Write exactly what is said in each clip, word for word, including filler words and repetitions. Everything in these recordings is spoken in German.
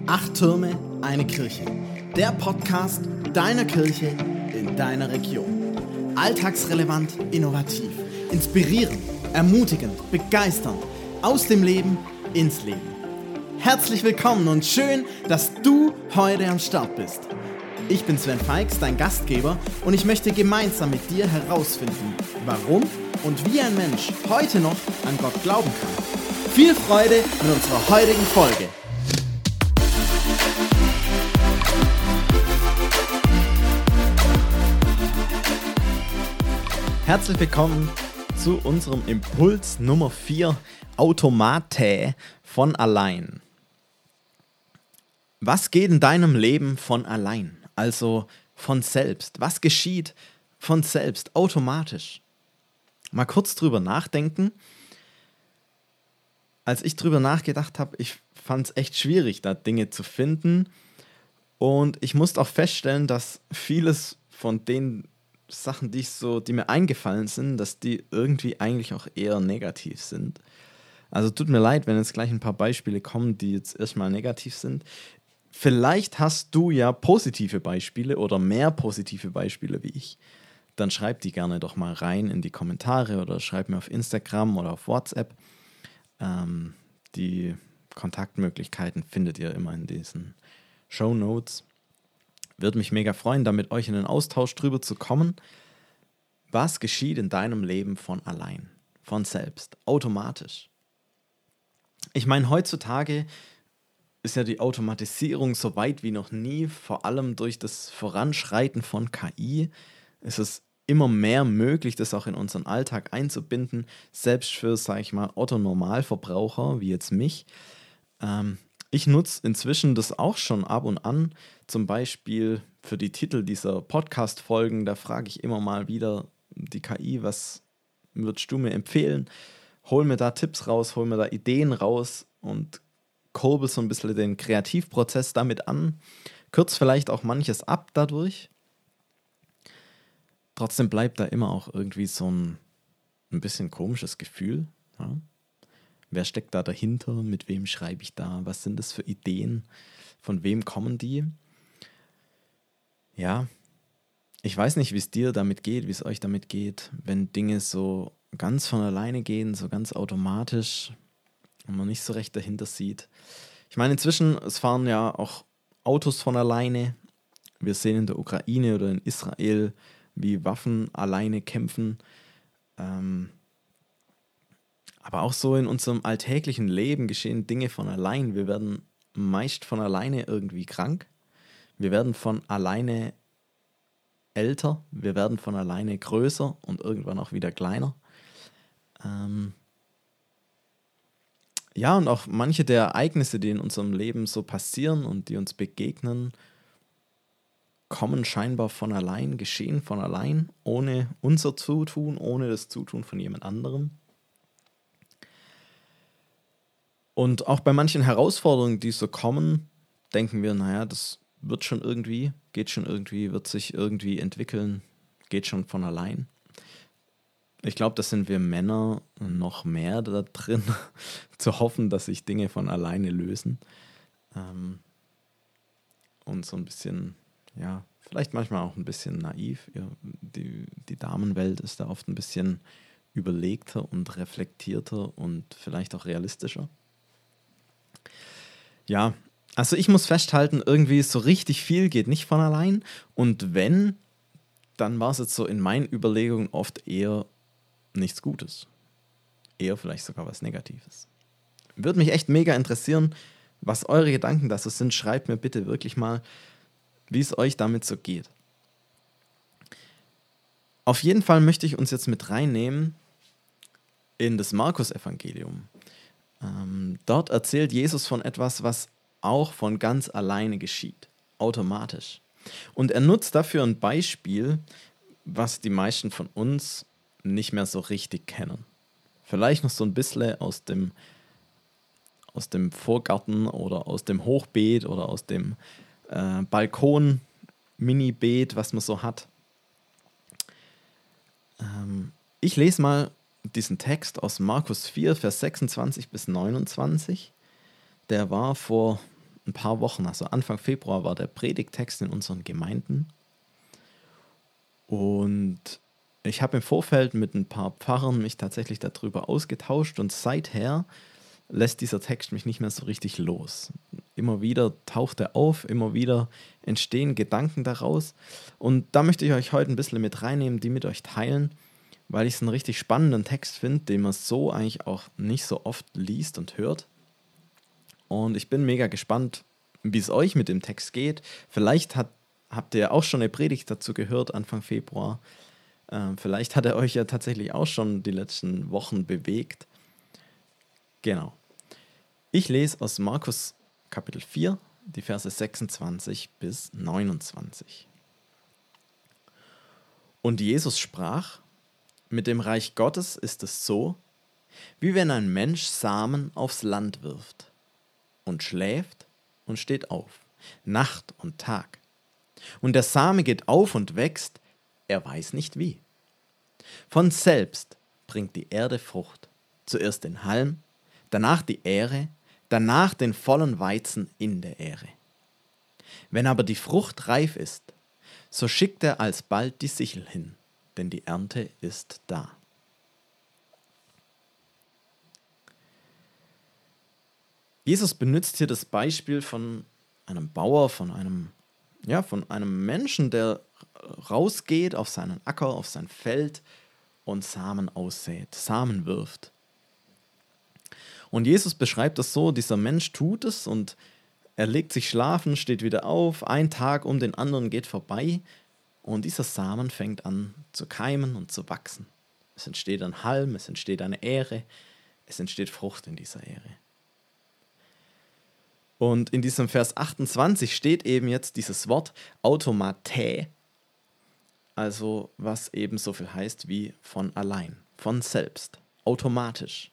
Acht Türme, eine Kirche. Der Podcast deiner Kirche in deiner Region. Alltagsrelevant, innovativ, inspirierend, ermutigend, begeisternd. Aus dem Leben ins Leben. Herzlich willkommen und schön, dass du heute am Start bist. Ich bin Sven Feix, dein Gastgeber, und ich möchte gemeinsam mit dir herausfinden, warum und wie ein Mensch heute noch an Gott glauben kann. Viel Freude mit unserer heutigen Folge. Herzlich willkommen zu unserem Impuls Nummer vier, Automate von allein. Was geht in deinem Leben von allein, also von selbst? Was geschieht von selbst, automatisch? Mal kurz drüber nachdenken. Als ich drüber nachgedacht habe, ich fand es echt schwierig, da Dinge zu finden. Und ich musste auch feststellen, dass vieles von den Sachen, die, ich so, die mir eingefallen sind, dass die irgendwie eigentlich auch eher negativ sind. Also tut mir leid, wenn jetzt gleich ein paar Beispiele kommen, die jetzt erstmal negativ sind. Vielleicht hast du ja positive Beispiele oder mehr positive Beispiele wie ich. Dann schreib die gerne doch mal rein in die Kommentare oder schreib mir auf Instagram oder auf WhatsApp. Ähm, die Kontaktmöglichkeiten findet ihr immer in diesen Shownotes. Würde mich mega freuen, da mit euch in den Austausch drüber zu kommen. Was geschieht in deinem Leben von allein, von selbst, automatisch? Ich meine, heutzutage ist ja die Automatisierung so weit wie noch nie, vor allem durch das Voranschreiten von K I, ist es immer mehr möglich, das auch in unseren Alltag einzubinden, selbst für, sage ich mal, Otto-Normalverbraucher, wie jetzt mich. Ähm, ich nutze inzwischen das auch schon ab und an, zum Beispiel für die Titel dieser Podcast-Folgen, da frage ich immer mal wieder die K I, was würdest du mir empfehlen? Hol mir da Tipps raus, hol mir da Ideen raus und kurbel so ein bisschen den Kreativprozess damit an, kürzt vielleicht auch manches ab dadurch. Trotzdem bleibt da immer auch irgendwie so ein, ein bisschen komisches Gefühl. Ja? Wer steckt da dahinter? Mit wem schreibe ich da? Was sind das für Ideen? Von wem kommen die? Ja, ich weiß nicht, wie es dir damit geht, wie es euch damit geht, wenn Dinge so ganz von alleine gehen, so ganz automatisch und man nicht so recht dahinter sieht. Ich meine, inzwischen, es fahren ja auch Autos von alleine. Wir sehen in der Ukraine oder in Israel, wie Waffen alleine kämpfen. Ähm, aber auch so in unserem alltäglichen Leben geschehen Dinge von allein. Wir werden meist von alleine irgendwie krank. Wir werden von alleine älter. Wir werden von alleine größer und irgendwann auch wieder kleiner. Ähm, ja, und auch manche der Ereignisse, die in unserem Leben so passieren und die uns begegnen, kommen scheinbar von allein, geschehen von allein, ohne unser Zutun, ohne das Zutun von jemand anderem. Und auch bei manchen Herausforderungen, die so kommen, denken wir, naja, das wird schon irgendwie, geht schon irgendwie, wird sich irgendwie entwickeln, geht schon von allein. Ich glaube, das sind wir Männer noch mehr da drin, zu hoffen, dass sich Dinge von alleine lösen. Ähm, und so ein bisschen, ja, vielleicht manchmal auch ein bisschen naiv. Ja, die, die Damenwelt ist da oft ein bisschen überlegter und reflektierter und vielleicht auch realistischer. Ja, also ich muss festhalten, irgendwie so richtig viel geht nicht von allein. Und wenn, dann war es jetzt so in meinen Überlegungen oft eher nichts Gutes. Eher vielleicht sogar was Negatives. Würde mich echt mega interessieren, was eure Gedanken dazu sind. Schreibt mir bitte wirklich mal, wie es euch damit so geht. Auf jeden Fall möchte ich uns jetzt mit reinnehmen in das Markus-Evangelium. Ähm, dort erzählt Jesus von etwas, was auch von ganz alleine geschieht, automatisch. Und er nutzt dafür ein Beispiel, was die meisten von uns nicht mehr so richtig kennen. Vielleicht noch so ein bisschen aus dem, aus dem Vorgarten oder aus dem Hochbeet oder aus dem äh, Balkon, Mini-Beet, was man so hat. Ähm, ich lese mal diesen Text aus Markus vier, Vers sechsundzwanzig bis neunundzwanzig. Der war vor ein paar Wochen, also Anfang Februar war der Predigttext in unseren Gemeinden. Und ich habe im Vorfeld mit ein paar Pfarrern mich tatsächlich darüber ausgetauscht und seither lässt dieser Text mich nicht mehr so richtig los. Immer wieder taucht er auf, immer wieder entstehen Gedanken daraus. Und da möchte ich euch heute ein bisschen mit reinnehmen, die mit euch teilen, weil ich es einen richtig spannenden Text finde, den man so eigentlich auch nicht so oft liest und hört. Und ich bin mega gespannt, wie es euch mit dem Text geht. Vielleicht hat, habt ihr auch schon eine Predigt dazu gehört, Anfang Februar. Ähm, vielleicht hat er euch ja tatsächlich auch schon die letzten Wochen bewegt. Genau. Ich lese aus Markus Kapitel vier, die Verse sechsundzwanzig bis neunundzwanzig. Und Jesus sprach: Mit dem Reich Gottes ist es so, wie wenn ein Mensch Samen aufs Land wirft und schläft und steht auf, Nacht und Tag. Und der Same geht auf und wächst, er weiß nicht wie. Von selbst bringt die Erde Frucht, zuerst den Halm, danach die Ähre, danach den vollen Weizen in der Ähre. Wenn aber die Frucht reif ist, so schickt er alsbald die Sichel hin, denn die Ernte ist da. Jesus benutzt hier das Beispiel von einem Bauer, von einem, ja, von einem Menschen, der rausgeht auf seinen Acker, auf sein Feld und Samen aussät, Samen wirft. Und Jesus beschreibt das so, dieser Mensch tut es und er legt sich schlafen, steht wieder auf, ein Tag um den anderen geht vorbei und dieser Samen fängt an zu keimen und zu wachsen. Es entsteht ein Halm, es entsteht eine Ähre, es entsteht Frucht in dieser Ähre. Und in diesem Vers achtundzwanzig steht eben jetzt dieses Wort Automatä, also was eben so viel heißt wie von allein, von selbst, automatisch.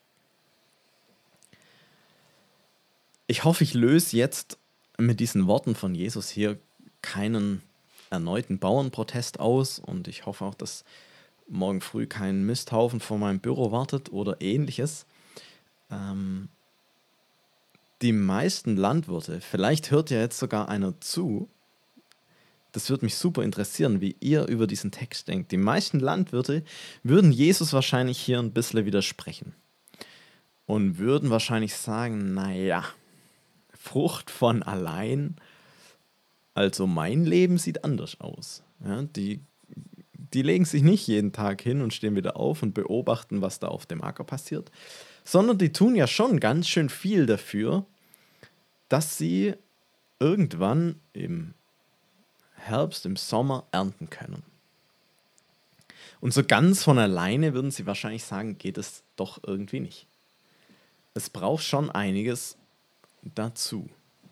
Ich hoffe, ich löse jetzt mit diesen Worten von Jesus hier keinen erneuten Bauernprotest aus und ich hoffe auch, dass morgen früh kein Misthaufen vor meinem Büro wartet oder ähnliches. Ähm, die meisten Landwirte, vielleicht hört ja jetzt sogar einer zu, das würde mich super interessieren, wie ihr über diesen Text denkt. Die meisten Landwirte würden Jesus wahrscheinlich hier ein bisschen widersprechen und würden wahrscheinlich sagen, naja, Frucht von allein, also mein Leben sieht anders aus. Ja, die, die legen sich nicht jeden Tag hin und stehen wieder auf und beobachten, was da auf dem Acker passiert, sondern die tun ja schon ganz schön viel dafür, dass sie irgendwann im Herbst, im Sommer ernten können. Und so ganz von alleine würden sie wahrscheinlich sagen, geht es doch irgendwie nicht. Es braucht schon einiges dazu.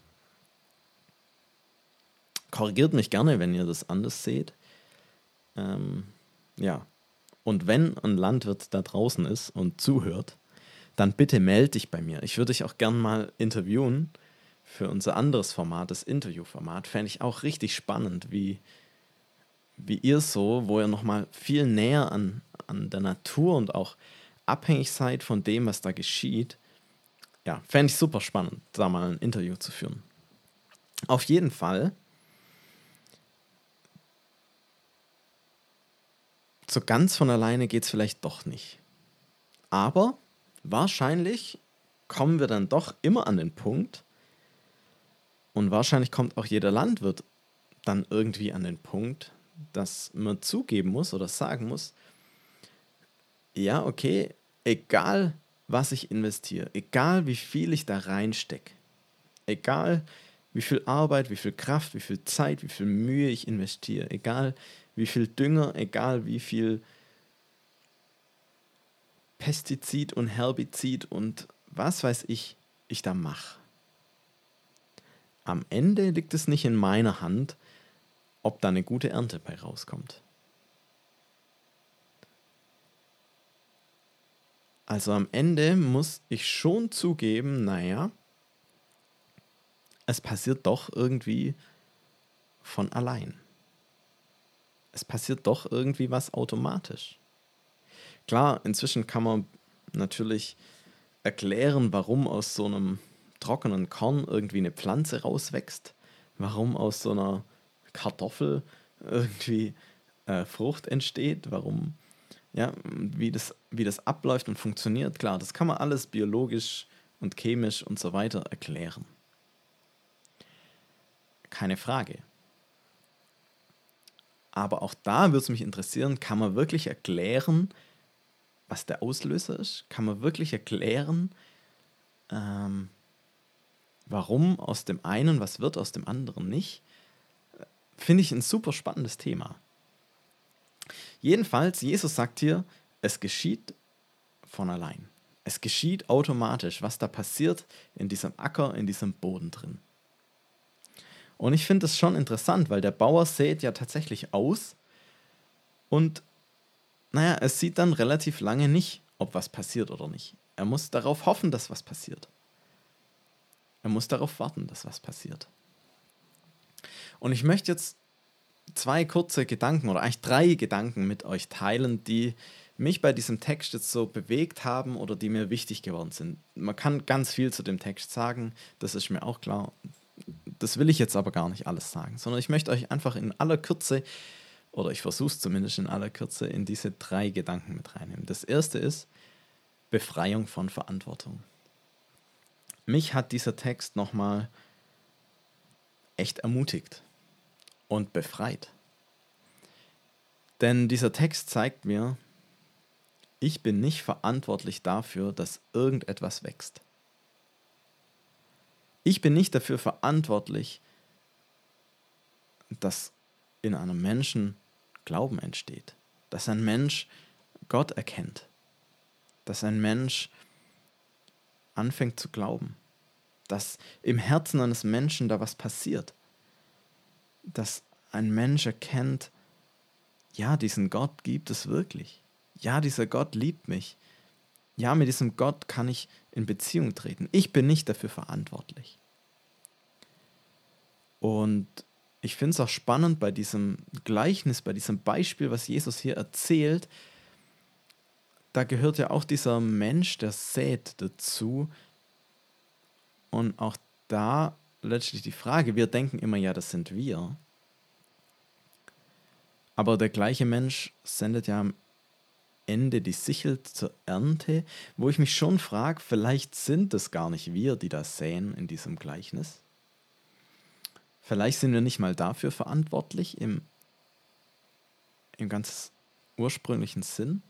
Korrigiert mich gerne, wenn ihr das anders seht. Ähm, ja. Und wenn ein Landwirt da draußen ist und zuhört, dann bitte melde dich bei mir. Ich würde dich auch gern mal interviewen für unser anderes Format, das Interviewformat. Fände ich auch richtig spannend, wie, wie ihr so, wo ihr nochmal viel näher an, an der Natur und auch abhängig seid von dem, was da geschieht. Ja, fände ich super spannend, da mal ein Interview zu führen. Auf jeden Fall, so ganz von alleine geht es vielleicht doch nicht. Aber wahrscheinlich kommen wir dann doch immer an den Punkt, und wahrscheinlich kommt auch jeder Landwirt dann irgendwie an den Punkt, dass man zugeben muss oder sagen muss, ja, okay, egal was ich investiere, egal wie viel ich da reinstecke, egal wie viel Arbeit, wie viel Kraft, wie viel Zeit, wie viel Mühe ich investiere, egal wie viel Dünger, egal wie viel Pestizid und Herbizid und was weiß ich, ich da mache. Am Ende liegt es nicht in meiner Hand, ob da eine gute Ernte bei rauskommt. Also am Ende muss ich schon zugeben, naja, es passiert doch irgendwie von allein. Es passiert doch irgendwie was automatisch. Klar, inzwischen kann man natürlich erklären, warum aus so einem trockenen Korn irgendwie eine Pflanze rauswächst, warum aus so einer Kartoffel irgendwie äh, Frucht entsteht, warum, ja, wie das, wie das abläuft und funktioniert. Klar, das kann man alles biologisch und chemisch und so weiter erklären. Keine Frage. Aber auch da würde es mich interessieren, kann man wirklich erklären, was der Auslöser ist? Kann man wirklich erklären, ähm, warum aus dem einen was wird, aus dem anderen nicht? Finde ich ein super spannendes Thema. Jedenfalls, Jesus sagt hier, es geschieht von allein. Es geschieht automatisch, was da passiert in diesem Acker, in diesem Boden drin. Und ich finde das schon interessant, weil der Bauer sät ja tatsächlich aus und naja, es sieht dann relativ lange nicht, ob was passiert oder nicht. Er muss darauf hoffen, dass was passiert. Er muss darauf warten, dass was passiert. Und ich möchte jetzt zwei kurze Gedanken oder eigentlich drei Gedanken mit euch teilen, die mich bei diesem Text jetzt so bewegt haben oder die mir wichtig geworden sind. Man kann ganz viel zu dem Text sagen, das ist mir auch klar. Das will ich jetzt aber gar nicht alles sagen, sondern ich möchte euch einfach in aller Kürze, oder ich versuche es zumindest in aller Kürze, in diese drei Gedanken mit reinnehmen. Das erste ist Befreiung von Verantwortung. Mich hat dieser Text nochmal echt ermutigt und befreit. Denn dieser Text zeigt mir, ich bin nicht verantwortlich dafür, dass irgendetwas wächst. Ich bin nicht dafür verantwortlich, dass in einem Menschen Glauben entsteht, dass ein Mensch Gott erkennt, dass ein Mensch anfängt zu glauben, dass im Herzen eines Menschen da was passiert, dass ein Mensch erkennt, ja, diesen Gott gibt es wirklich. Ja, dieser Gott liebt mich. Ja, mit diesem Gott kann ich in Beziehung treten. Ich bin nicht dafür verantwortlich. Und ich finde es auch spannend bei diesem Gleichnis, bei diesem Beispiel, was Jesus hier erzählt, da gehört ja auch dieser Mensch, der sät, dazu. Und auch da letztlich die Frage, wir denken immer, ja, das sind wir. Aber der gleiche Mensch sendet ja am Ende die Sichel zur Ernte, wo ich mich schon frage, vielleicht sind es gar nicht wir, die das säen in diesem Gleichnis. Vielleicht sind wir nicht mal dafür verantwortlich im, im ganz ursprünglichen Sinn.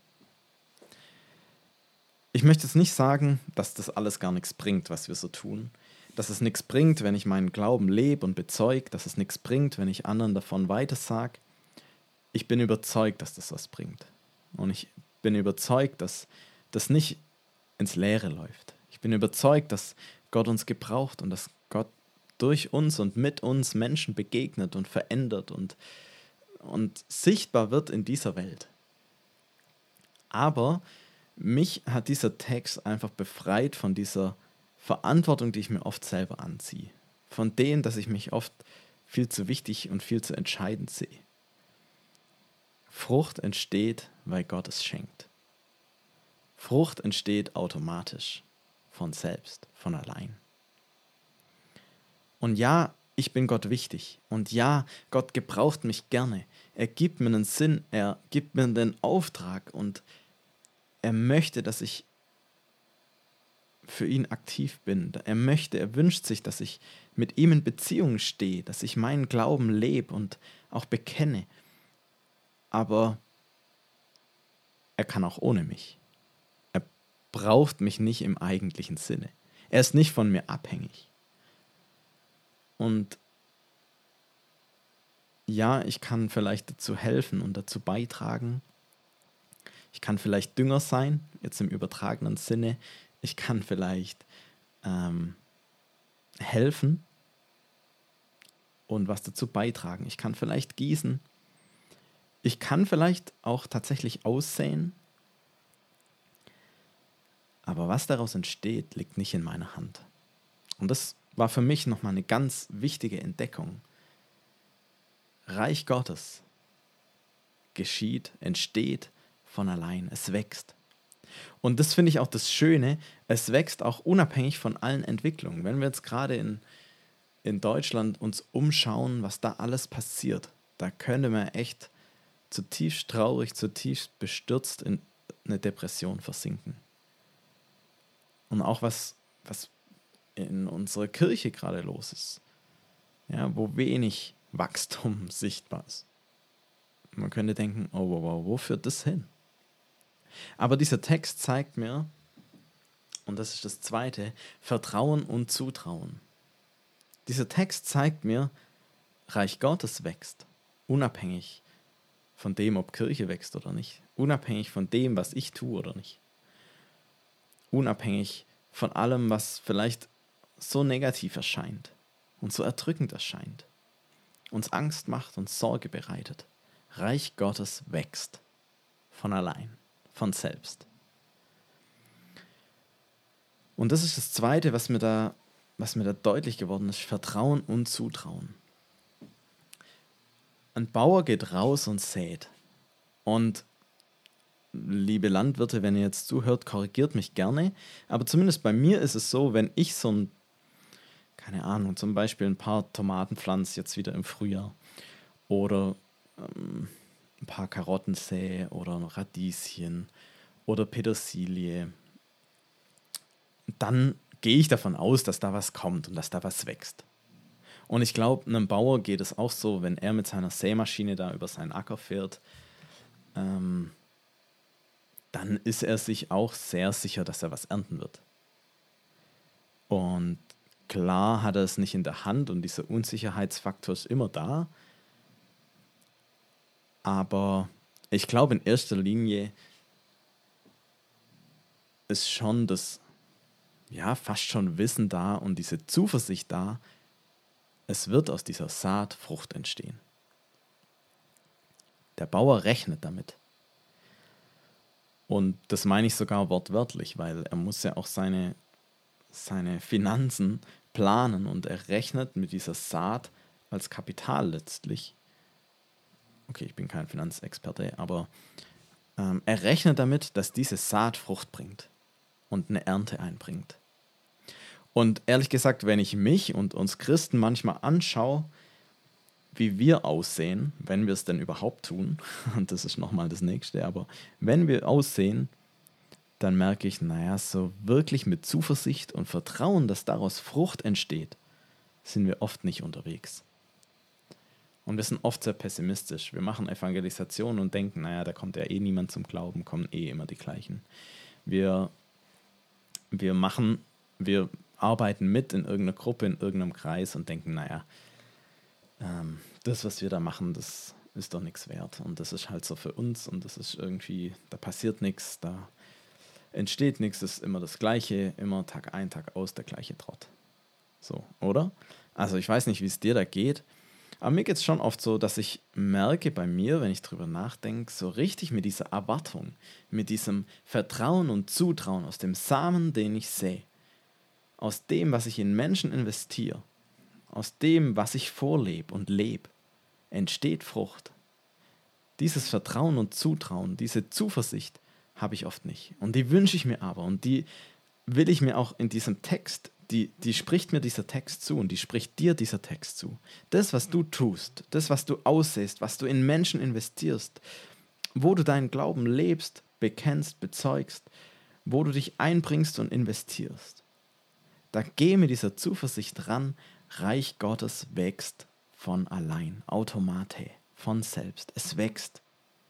Ich möchte jetzt nicht sagen, dass das alles gar nichts bringt, was wir so tun. Dass es nichts bringt, wenn ich meinen Glauben lebe und bezeuge, dass es nichts bringt, wenn ich anderen davon weitersage. Ich bin überzeugt, dass das was bringt. Und ich bin überzeugt, dass das nicht ins Leere läuft. Ich bin überzeugt, dass Gott uns gebraucht und dass Gott durch uns und mit uns Menschen begegnet und verändert und, und sichtbar wird in dieser Welt. Aber mich hat dieser Text einfach befreit von dieser Verantwortung, die ich mir oft selber anziehe. Von dem, dass ich mich oft viel zu wichtig und viel zu entscheidend sehe. Frucht entsteht, weil Gott es schenkt. Frucht entsteht automatisch, von selbst, von allein. Und ja, ich bin Gott wichtig. Und ja, Gott gebraucht mich gerne. Er gibt mir einen Sinn, er gibt mir den Auftrag und er möchte, dass ich für ihn aktiv bin. Er möchte, er wünscht sich, dass ich mit ihm in Beziehung stehe, dass ich meinen Glauben lebe und auch bekenne. Aber er kann auch ohne mich. Er braucht mich nicht im eigentlichen Sinne. Er ist nicht von mir abhängig. Und ja, ich kann vielleicht dazu helfen und dazu beitragen. Ich kann vielleicht Dünger sein, jetzt im übertragenen Sinne. Ich kann vielleicht ähm, helfen und was dazu beitragen. Ich kann vielleicht gießen. Ich kann vielleicht auch tatsächlich aussäen. Aber was daraus entsteht, liegt nicht in meiner Hand. Und das war für mich nochmal eine ganz wichtige Entdeckung. Reich Gottes geschieht, entsteht von allein, es wächst. Und das finde ich auch das Schöne, es wächst auch unabhängig von allen Entwicklungen. Wenn wir jetzt gerade in, in Deutschland uns umschauen, was da alles passiert, da könnte man echt zutiefst traurig, zutiefst bestürzt in eine Depression versinken. Und auch was, was in unserer Kirche gerade los ist, ja, wo wenig Wachstum sichtbar ist. Man könnte denken, oh wow, wow, wo führt das hin? Aber dieser Text zeigt mir, und das ist das Zweite, Vertrauen und Zutrauen. Dieser Text zeigt mir, Reich Gottes wächst, unabhängig von dem, ob Kirche wächst oder nicht, unabhängig von dem, was ich tue oder nicht, unabhängig von allem, was vielleicht so negativ erscheint und so erdrückend erscheint, uns Angst macht und Sorge bereitet. Reich Gottes wächst von allein, von selbst. Und das ist das Zweite, was mir da, was mir da deutlich geworden ist, Vertrauen und Zutrauen. Ein Bauer geht raus und sät. Und liebe Landwirte, wenn ihr jetzt zuhört, korrigiert mich gerne. Aber zumindest bei mir ist es so, wenn ich so ein, keine Ahnung, zum Beispiel ein paar Tomaten pflanze jetzt wieder im Frühjahr oder ähm, ein paar Karotten sähe oder Radieschen oder Petersilie, dann gehe ich davon aus, dass da was kommt und dass da was wächst. Und ich glaube, einem Bauer geht es auch so, wenn er mit seiner Sämaschine da über seinen Acker fährt, ähm, dann ist er sich auch sehr sicher, dass er was ernten wird. Und klar hat er es nicht in der Hand und dieser Unsicherheitsfaktor ist immer da. Aber ich glaube, in erster Linie ist schon das, ja, fast schon Wissen da und diese Zuversicht da, es wird aus dieser Saat Frucht entstehen. Der Bauer rechnet damit. Und das meine ich sogar wortwörtlich, weil er muss ja auch seine, seine Finanzen planen und er rechnet mit dieser Saat als Kapital letztlich. Okay, ich bin kein Finanzexperte, aber ähm, er rechnet damit, dass diese Saat Frucht bringt und eine Ernte einbringt. Und ehrlich gesagt, wenn ich mich und uns Christen manchmal anschaue, wie wir aussehen, wenn wir es denn überhaupt tun, und das ist nochmal das Nächste, aber wenn wir aussehen, dann merke ich, naja, so wirklich mit Zuversicht und Vertrauen, dass daraus Frucht entsteht, sind wir oft nicht unterwegs. Und wir sind oft sehr pessimistisch. Wir machen Evangelisation und denken, naja, da kommt ja eh niemand zum Glauben, kommen eh immer die gleichen. Wir, wir machen, wir arbeiten mit in irgendeiner Gruppe, in irgendeinem Kreis und denken, naja, ähm, das, was wir da machen, das ist doch nichts wert. Und das ist halt so für uns und das ist irgendwie, da passiert nichts, da entsteht nichts, das ist immer das Gleiche, immer Tag ein, Tag aus, der gleiche Trott. So, oder? Also ich weiß nicht, wie es dir da geht, aber mir geht es schon oft so, dass ich merke bei mir, wenn ich drüber nachdenke, so richtig mit dieser Erwartung, mit diesem Vertrauen und Zutrauen aus dem Samen, den ich sähe, aus dem, was ich in Menschen investiere, aus dem, was ich vorlebe und lebe, entsteht Frucht. Dieses Vertrauen und Zutrauen, diese Zuversicht habe ich oft nicht. Und die wünsche ich mir aber. Und die will ich mir auch in diesem Text, die, die spricht mir dieser Text zu und die spricht dir dieser Text zu. Das, was du tust, das, was du aussähst, was du in Menschen investierst, wo du deinen Glauben lebst, bekennst, bezeugst, wo du dich einbringst und investierst. Da geh mit dieser Zuversicht ran, Reich Gottes wächst von allein, automate, von selbst. Es wächst.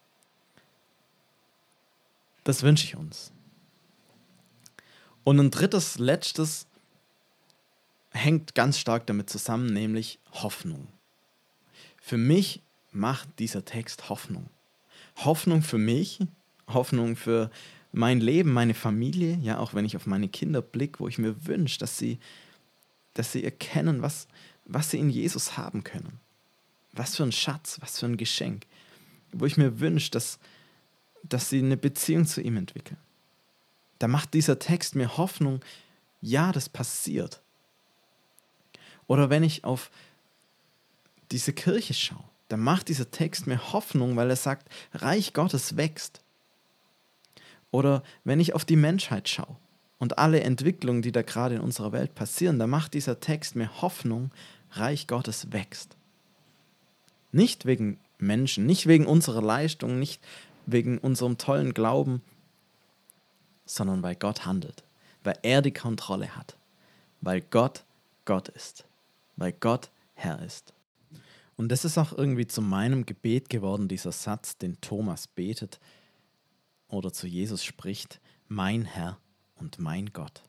Das wünsche ich uns. Und ein drittes, letztes hängt ganz stark damit zusammen, nämlich Hoffnung. Für mich macht dieser Text Hoffnung. Hoffnung für mich, Hoffnung für mein Leben, meine Familie, ja, auch wenn ich auf meine Kinder blicke, wo ich mir wünsche, dass sie, dass sie erkennen, was, was sie in Jesus haben können. Was für ein Schatz, was für ein Geschenk. Wo ich mir wünsche, dass, dass sie eine Beziehung zu ihm entwickeln. Da macht dieser Text mir Hoffnung, ja, das passiert. Oder wenn ich auf diese Kirche schaue, dann macht dieser Text mir Hoffnung, weil er sagt, Reich Gottes wächst. Oder wenn ich auf die Menschheit schaue und alle Entwicklungen, die da gerade in unserer Welt passieren, da macht dieser Text mir Hoffnung, Reich Gottes wächst. Nicht wegen Menschen, nicht wegen unserer Leistung, nicht wegen unserem tollen Glauben, sondern weil Gott handelt, weil er die Kontrolle hat, weil Gott Gott ist, weil Gott Herr ist. Und das ist auch irgendwie zu meinem Gebet geworden, dieser Satz, den Thomas betet oder zu Jesus spricht, mein Herr und mein Gott.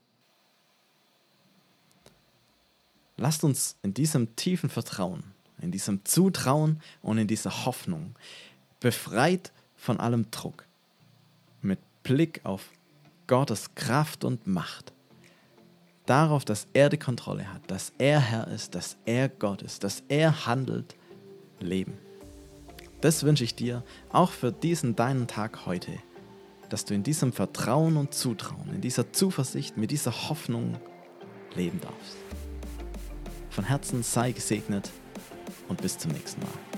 Lasst uns in diesem tiefen Vertrauen, in diesem Zutrauen und in dieser Hoffnung, befreit von allem Druck, mit Blick auf Gottes Kraft und Macht, darauf, dass er die Kontrolle hat, dass er Herr ist, dass er Gott ist, dass er handelt, leben. Das wünsche ich dir auch für diesen deinen Tag heute, dass du in diesem Vertrauen und Zutrauen, in dieser Zuversicht, mit dieser Hoffnung leben darfst. Von Herzen sei gesegnet und bis zum nächsten Mal.